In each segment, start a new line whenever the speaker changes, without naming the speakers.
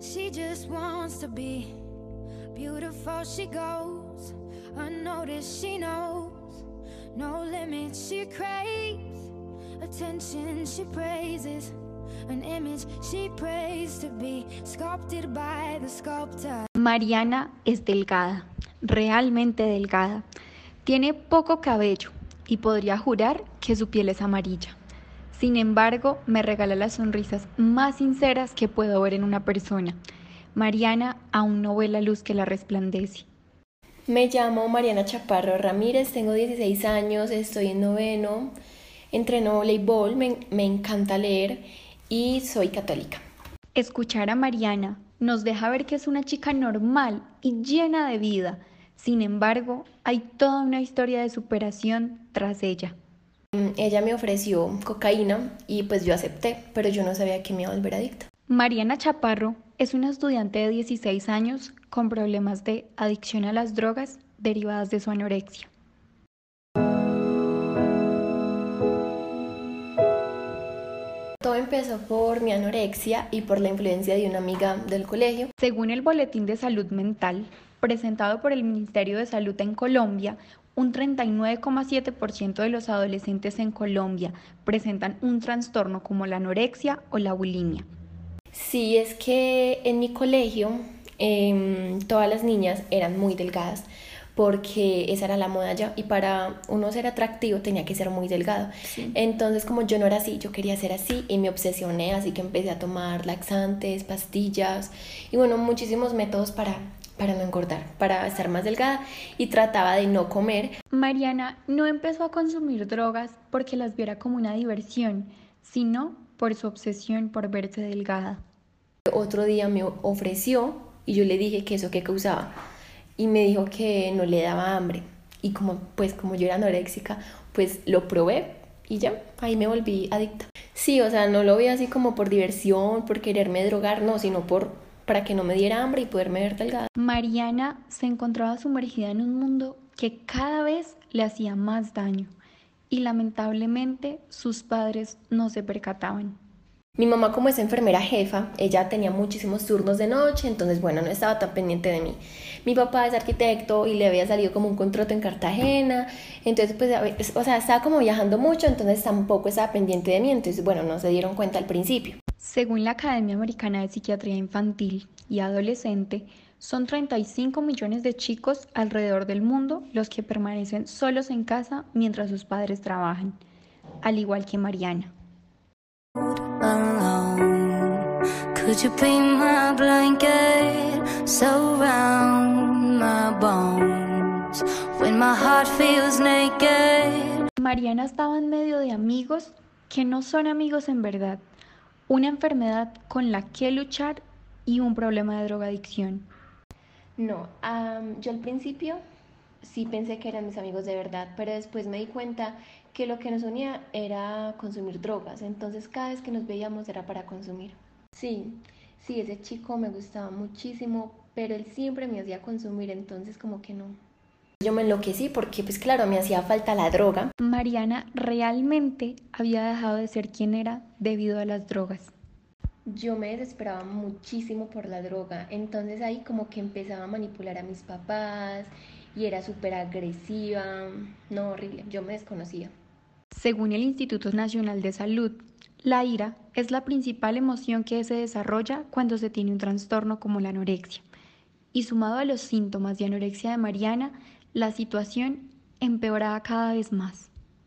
She just wants to be beautiful, she goes unnoticed, she knows no limits, she craves attention, she praises an image she prays to be sculpted by the sculptor.
Mariana es delgada, realmente delgada. Tiene poco cabello y podría jurar que su piel es amarilla. Sin embargo, me regala las sonrisas más sinceras que puedo ver en una persona. Mariana aún no ve la luz que la resplandece.
Me llamo Mariana Chaparro Ramírez, tengo 16 años, estoy en noveno, entreno voleibol, me encanta leer y soy católica.
Escuchar a Mariana nos deja ver que es una chica normal y llena de vida. Sin embargo, hay toda una historia de superación tras ella.
Ella me ofreció cocaína y pues yo acepté, pero yo no sabía que me iba a volver adicta.
Mariana Chaparro es una estudiante de 16 años con problemas de adicción a las drogas derivadas de su anorexia.
Todo empezó por mi anorexia y por la influencia de una amiga del colegio.
Según el Boletín de Salud Mental, presentado por el Ministerio de Salud en Colombia, un 39,7% de los adolescentes en Colombia presentan un trastorno como la anorexia o la bulimia.
Sí, es que en mi colegio todas las niñas eran muy delgadas porque esa era la moda ya y para uno ser atractivo tenía que ser muy delgado.
Sí.
Entonces como yo no era así, yo quería ser así y me obsesioné, así que empecé a tomar laxantes, pastillas y bueno, muchísimos métodos para no engordar, para estar más delgada y trataba de no comer.
Mariana no empezó a consumir drogas porque las viera como una diversión, sino por su obsesión por verse delgada.
Otro día me ofreció y yo le dije que eso qué causaba y me dijo que no le daba hambre y como yo era anoréxica, pues lo probé y ya, ahí me volví adicta. Sí, o sea, no lo vi así como por diversión, por quererme drogar, no, sino para que no me diera hambre y poderme ver delgada.
Mariana se encontraba sumergida en un mundo que cada vez le hacía más daño y lamentablemente sus padres no se percataban.
Mi mamá, como es enfermera jefa, ella tenía muchísimos turnos de noche, entonces bueno, no estaba tan pendiente de mí. Mi papá es arquitecto y le había salido como un contrato en Cartagena, entonces pues, o sea, estaba como viajando mucho, entonces tampoco estaba pendiente de mí, entonces bueno, no se dieron cuenta al principio.
Según la Academia Americana de Psiquiatría Infantil y Adolescente, son 35 millones de chicos alrededor del mundo los que permanecen solos en casa mientras sus padres trabajan, al igual que Mariana.
Could you be my blanket, surround my bones when my heart feels naked?
Mariana estaba en medio de amigos que no son amigos en verdad, una enfermedad con la que luchar y un problema de drogadicción.
No, yo al principio sí pensé que eran mis amigos de verdad, pero después me di cuenta que lo que nos unía era consumir drogas, entonces cada vez que nos veíamos era para consumir. Sí, ese chico me gustaba muchísimo, pero él siempre me hacía consumir, entonces como que no. Yo me enloquecí porque pues claro, me hacía falta la droga.
Mariana realmente había dejado de ser quien era debido a las drogas.
Yo me desesperaba muchísimo por la droga, entonces ahí como que empezaba a manipular a mis papás y era súper agresiva, no, horrible, yo me desconocía.
Según el Instituto Nacional de Salud, la ira es la principal emoción que se desarrolla cuando se tiene un trastorno como la anorexia. Y sumado a los síntomas de anorexia de Mariana, la situación empeoraba cada vez más.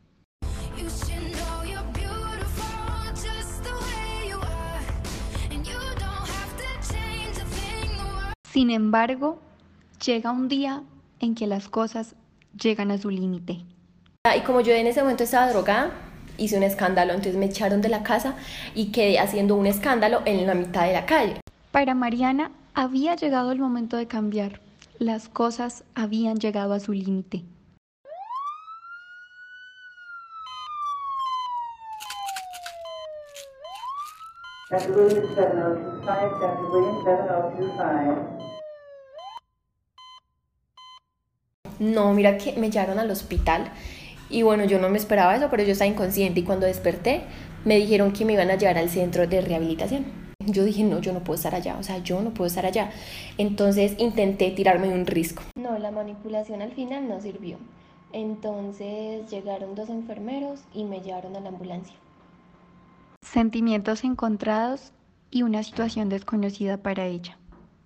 Sin embargo, llega un día en que las cosas llegan a su límite.
Y como yo en ese momento estaba drogada, hice un escándalo, entonces me echaron de la casa y quedé haciendo un escándalo en la mitad de la calle.
Para Mariana había llegado el momento de cambiar. Las cosas habían llegado a su límite.
Dr. Williams 7025, Dr. Williams 7025.
No, mira que me llevaron al hospital y bueno, yo no me esperaba eso, pero yo estaba inconsciente y cuando desperté me dijeron que me iban a llevar al centro de rehabilitación. Yo dije, no, yo no puedo estar allá, o sea, yo no puedo estar allá. Entonces intenté tirarme de un risco. No, la manipulación al final no sirvió. Entonces llegaron 2 enfermeros y me llevaron a la ambulancia.
Sentimientos encontrados y una situación desconocida para ella.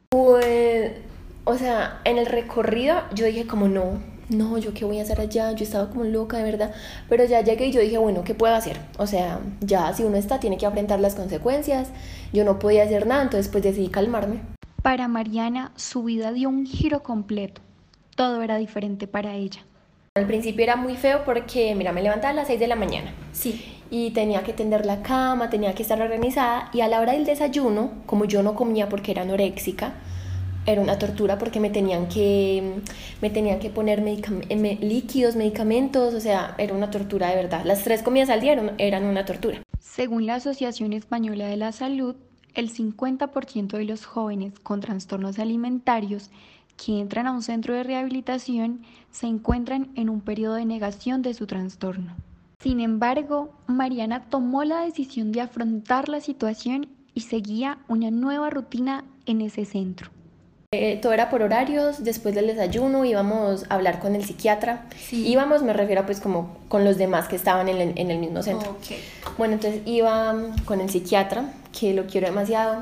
Pues, o sea, en el recorrido yo dije como no, yo qué voy a hacer allá, yo estaba como loca de verdad, pero ya llegué y yo dije, bueno, ¿qué puedo hacer? O sea, ya si uno está, tiene que enfrentar las consecuencias, yo no podía hacer nada, entonces pues decidí calmarme.
Para Mariana, su vida dio un giro completo. Todo era diferente para ella.
Al principio era muy feo porque, mira, me levantaba a las 6 de la mañana.
Sí.
Y tenía que tender la cama, tenía que estar organizada, y a la hora del desayuno, como yo no comía porque era anoréxica, era una tortura porque me tenían que poner líquidos, medicamentos, o sea, era una tortura de verdad. Las 3 comidas al día eran una tortura.
Según la Asociación Española de la Salud, el 50% de los jóvenes con trastornos alimentarios que entran a un centro de rehabilitación se encuentran en un periodo de negación de su trastorno. Sin embargo, Mariana tomó la decisión de afrontar la situación y seguía una nueva rutina en ese centro.
Todo era por horarios, después del desayuno íbamos a hablar con el psiquiatra.
Sí.
Íbamos, me refiero pues como con los demás que estaban en el mismo centro.
Okay.
Bueno, entonces iba con el psiquiatra, que lo quiero demasiado.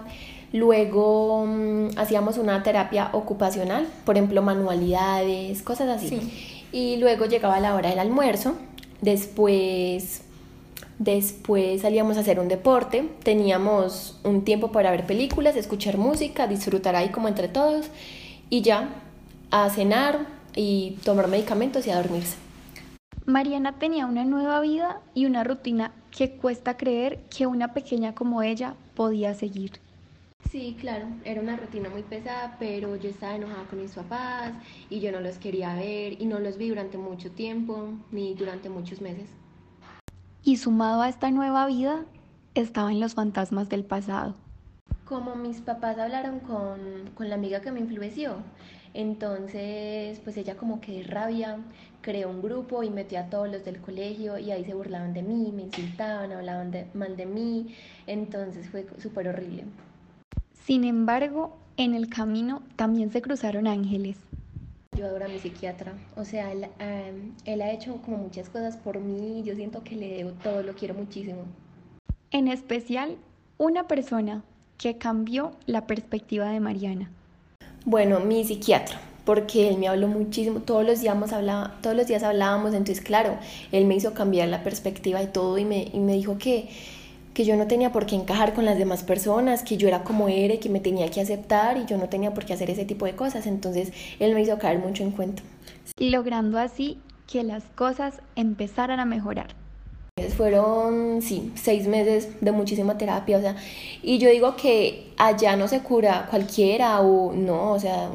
Luego hacíamos una terapia ocupacional, por ejemplo manualidades, cosas así.
Sí.
Y luego llegaba la hora del almuerzo, después salíamos a hacer un deporte, teníamos un tiempo para ver películas, escuchar música, disfrutar ahí como entre todos, y ya a cenar y tomar medicamentos y a dormirse.
Mariana tenía una nueva vida y una rutina que cuesta creer que una pequeña como ella podía seguir.
Sí, claro, era una rutina muy pesada, pero yo estaba enojada con mis papás y yo no los quería ver y no los vi durante mucho tiempo, ni durante muchos meses.
Y sumado a esta nueva vida, estaban los fantasmas del pasado.
Como mis papás hablaron con la amiga que me influenció, entonces pues ella como que de rabia creó un grupo y metió a todos los del colegio y ahí se burlaban de mí, me insultaban, hablaban mal de mí, entonces fue súper horrible.
Sin embargo, en el camino también se cruzaron ángeles.
Yo adoro a mi psiquiatra, o sea, él ha hecho como muchas cosas por mí, yo siento que le debo todo, lo quiero muchísimo.
En especial, una persona que cambió la perspectiva de Mariana.
Bueno, mi psiquiatra, porque él me habló muchísimo, todos los días hablábamos, entonces claro, él me hizo cambiar la perspectiva de todo y me dijo que yo no tenía por qué encajar con las demás personas, que yo era como era y que me tenía que aceptar y yo no tenía por qué hacer ese tipo de cosas. Entonces él me hizo caer mucho en cuenta.
Logrando así que las cosas empezaran a mejorar.
Fueron, sí, 6 meses de muchísima terapia, o sea, y yo digo que allá no se cura cualquiera o no, o sea,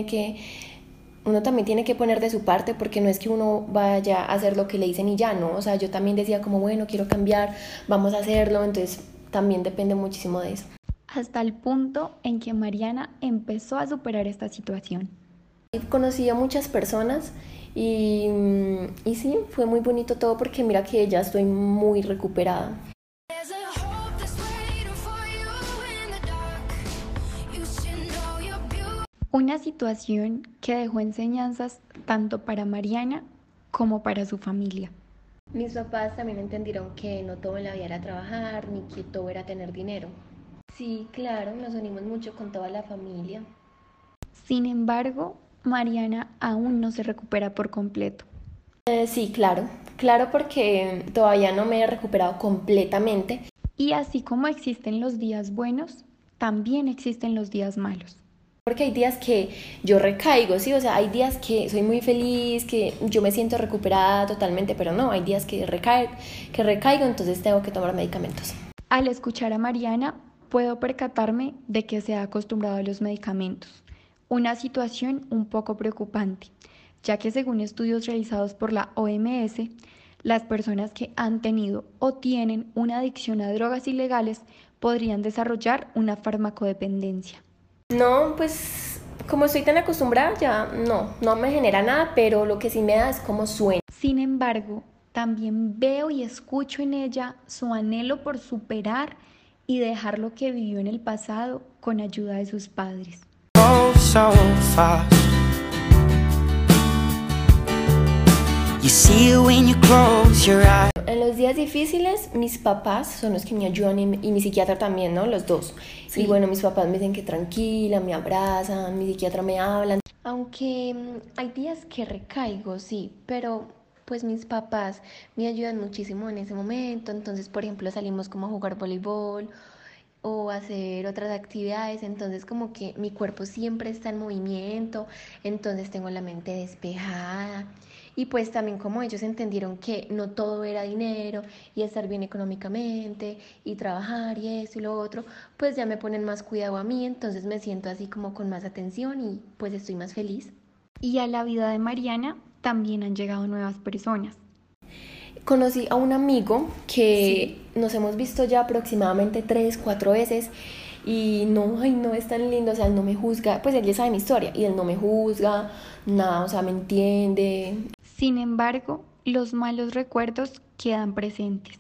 uno también tiene que poner de su parte porque no es que uno vaya a hacer lo que le dicen y ya, ¿no? O sea, yo también decía como, bueno, quiero cambiar, vamos a hacerlo, entonces también depende muchísimo de eso.
Hasta el punto en que Mariana empezó a superar esta situación.
Conocí a muchas personas y sí, fue muy bonito todo porque mira que ya estoy muy recuperada.
Una situación que dejó enseñanzas tanto para Mariana como para su familia.
Mis papás también entendieron que no todo en la vida era trabajar, ni que todo era tener dinero. Sí, claro, nos unimos mucho con toda la familia.
Sin embargo, Mariana aún no se recupera por completo.
Sí, claro porque todavía no me he recuperado completamente.
Y así como existen los días buenos, también existen los días malos.
Porque hay días que yo recaigo, ¿sí? O sea, hay días que soy muy feliz, que yo me siento recuperada totalmente, pero no, hay días que recaigo, entonces tengo que tomar medicamentos.
Al escuchar a Mariana, puedo percatarme de que se ha acostumbrado a los medicamentos. Una situación un poco preocupante, ya que según estudios realizados por la OMS, las personas que han tenido o tienen una adicción a drogas ilegales podrían desarrollar una farmacodependencia.
No, pues como estoy tan acostumbrada ya no me genera nada, pero lo que sí me da es como sueño.
Sin embargo, también veo y escucho en ella su anhelo por superar y dejar lo que vivió en el pasado con ayuda de sus padres.
Oh, so fast. You see it when you close your eyes.
En los días difíciles, mis papás son los que me ayudan y mi psiquiatra también, ¿no? Los dos.
Sí.
Y bueno, mis papás me dicen que tranquila, me abrazan, mi psiquiatra me hablan. Aunque hay días que recaigo, sí, pero pues mis papás me ayudan muchísimo en ese momento. Entonces, por ejemplo, salimos como a jugar voleibol o hacer otras actividades, entonces como que mi cuerpo siempre está en movimiento, entonces tengo la mente despejada. Y pues también como ellos entendieron que no todo era dinero y estar bien económicamente y trabajar y esto y lo otro, pues ya me ponen más cuidado a mí, entonces me siento así como con más atención y pues estoy más feliz.
Y a la vida de Mariana también han llegado nuevas personas.
Conocí a un amigo que nos hemos visto ya aproximadamente 3, 4 veces y no, ay, no es tan lindo, o sea, él no me juzga, pues él ya sabe mi historia y él no me juzga, nada, o sea, me entiende.
Sin embargo, los malos recuerdos quedan presentes.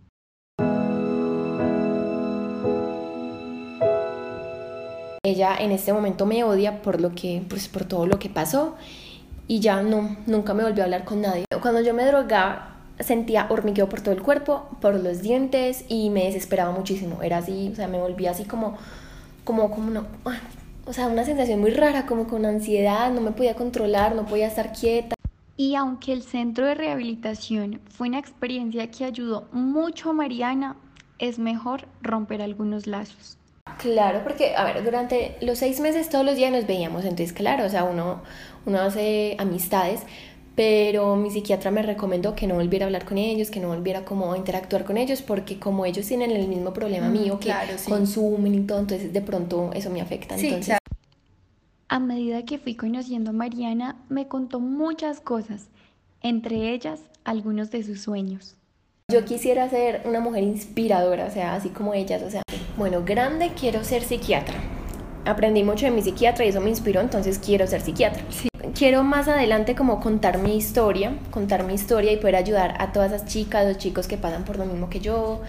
Ella en este momento me odia por lo que, pues por todo lo que pasó y ya no, nunca me volvió a hablar con nadie. Cuando yo me drogaba sentía hormigueo por todo el cuerpo, por los dientes y me desesperaba muchísimo. Era así, o sea, me volvía así como una, o sea, una sensación muy rara, como con ansiedad, no me podía controlar, no podía estar quieta.
Y aunque el centro de rehabilitación fue una experiencia que ayudó mucho a Mariana, es mejor romper algunos lazos.
Claro, porque, a ver, durante los 6 meses todos los días nos veíamos, entonces, claro, o sea, uno hace amistades, pero mi psiquiatra me recomendó que no volviera a hablar con ellos, que no volviera como a interactuar con ellos, porque como ellos tienen el mismo problema mío, que
claro, sí.
consumen y todo, entonces de pronto eso me afecta.
Sí,
Entonces,
claro.
A medida que fui conociendo a Mariana, me contó muchas cosas, entre ellas algunos de sus sueños.
yo quisiera ser una mujer inspiradora, o sea, así como ellas, o sea, bueno, grande quiero ser psiquiatra. Aprendí mucho de mi psiquiatra y eso me inspiró, entonces quiero ser psiquiatra.
Sí.
Quiero más adelante como contar mi historia y poder ayudar a todas esas chicas, los chicos que pasan por lo mismo que yo.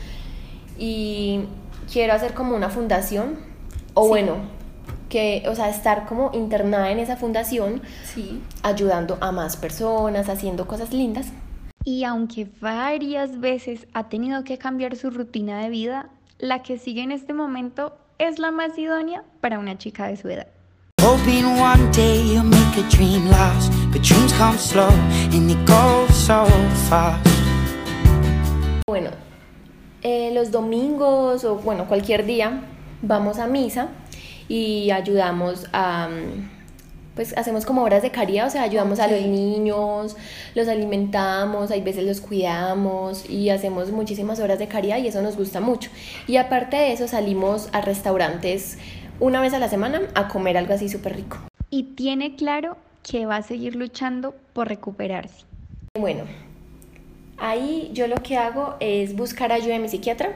Y quiero hacer como una fundación, o
Sí.
bueno, que, o sea, estar como internada en esa fundación,
Sí.
ayudando a más personas, haciendo cosas lindas.
Y aunque varias veces ha tenido que cambiar su rutina de vida, la que sigue en este momento es la más idónea para una chica de su edad.
Hoping one day you'll make a dream last, but dreams come slow and they go so fast.
Bueno, los domingos o bueno, cualquier día vamos a misa y ayudamos a, pues hacemos como obras de caridad, o sea, ayudamos a los niños, los alimentamos, hay veces los cuidamos y hacemos muchísimas obras de caridad y eso nos gusta mucho. Y aparte de eso salimos a restaurantes una vez a la semana a comer algo así súper rico.
Y tiene claro que va a seguir luchando por recuperarse.
Bueno, ahí yo lo que hago es buscar ayuda de mi psiquiatra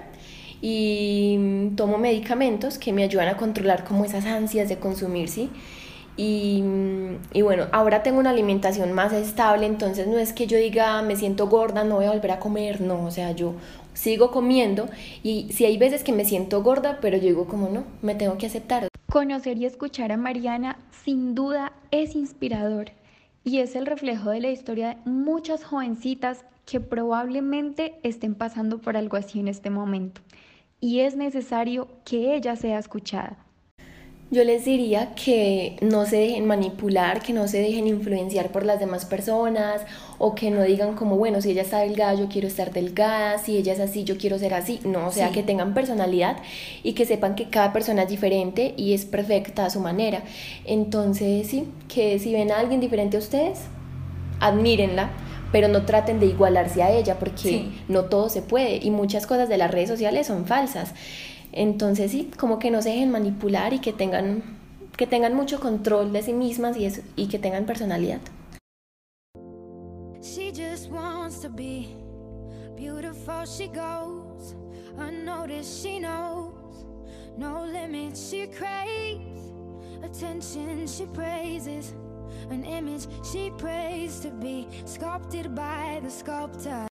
y tomo medicamentos que me ayudan a controlar como esas ansias de consumir, ¿sí? Y bueno, ahora tengo una alimentación más estable, entonces no es que yo diga me siento gorda, no voy a volver a comer, no, o sea, yo sigo comiendo y sí hay veces que me siento gorda, pero yo digo como no, me tengo que aceptar.
Conocer y escuchar a Mariana sin duda es inspirador y es el reflejo de la historia de muchas jovencitas que probablemente estén pasando por algo así en este momento y es necesario que ella sea escuchada.
Yo les diría que no se dejen manipular, que no se dejen influenciar por las demás personas o que no digan como, bueno, si ella está delgada, yo quiero estar delgada, si ella es así, yo quiero ser así. No, o sea, que tengan personalidad y que sepan que cada persona es diferente y es perfecta a su manera. Entonces, sí, que si ven a alguien diferente a ustedes, admírenla, pero no traten de igualarse a ella porque no todo se puede y muchas cosas de las redes sociales son falsas. Entonces sí, como que no se dejen manipular y que tengan mucho control de sí mismas y que tengan personalidad.
She just wants to be beautiful. She goes unnoticed. She knows no limits. She craves attention. She praises an image. She prays to be sculpted by the sculptor.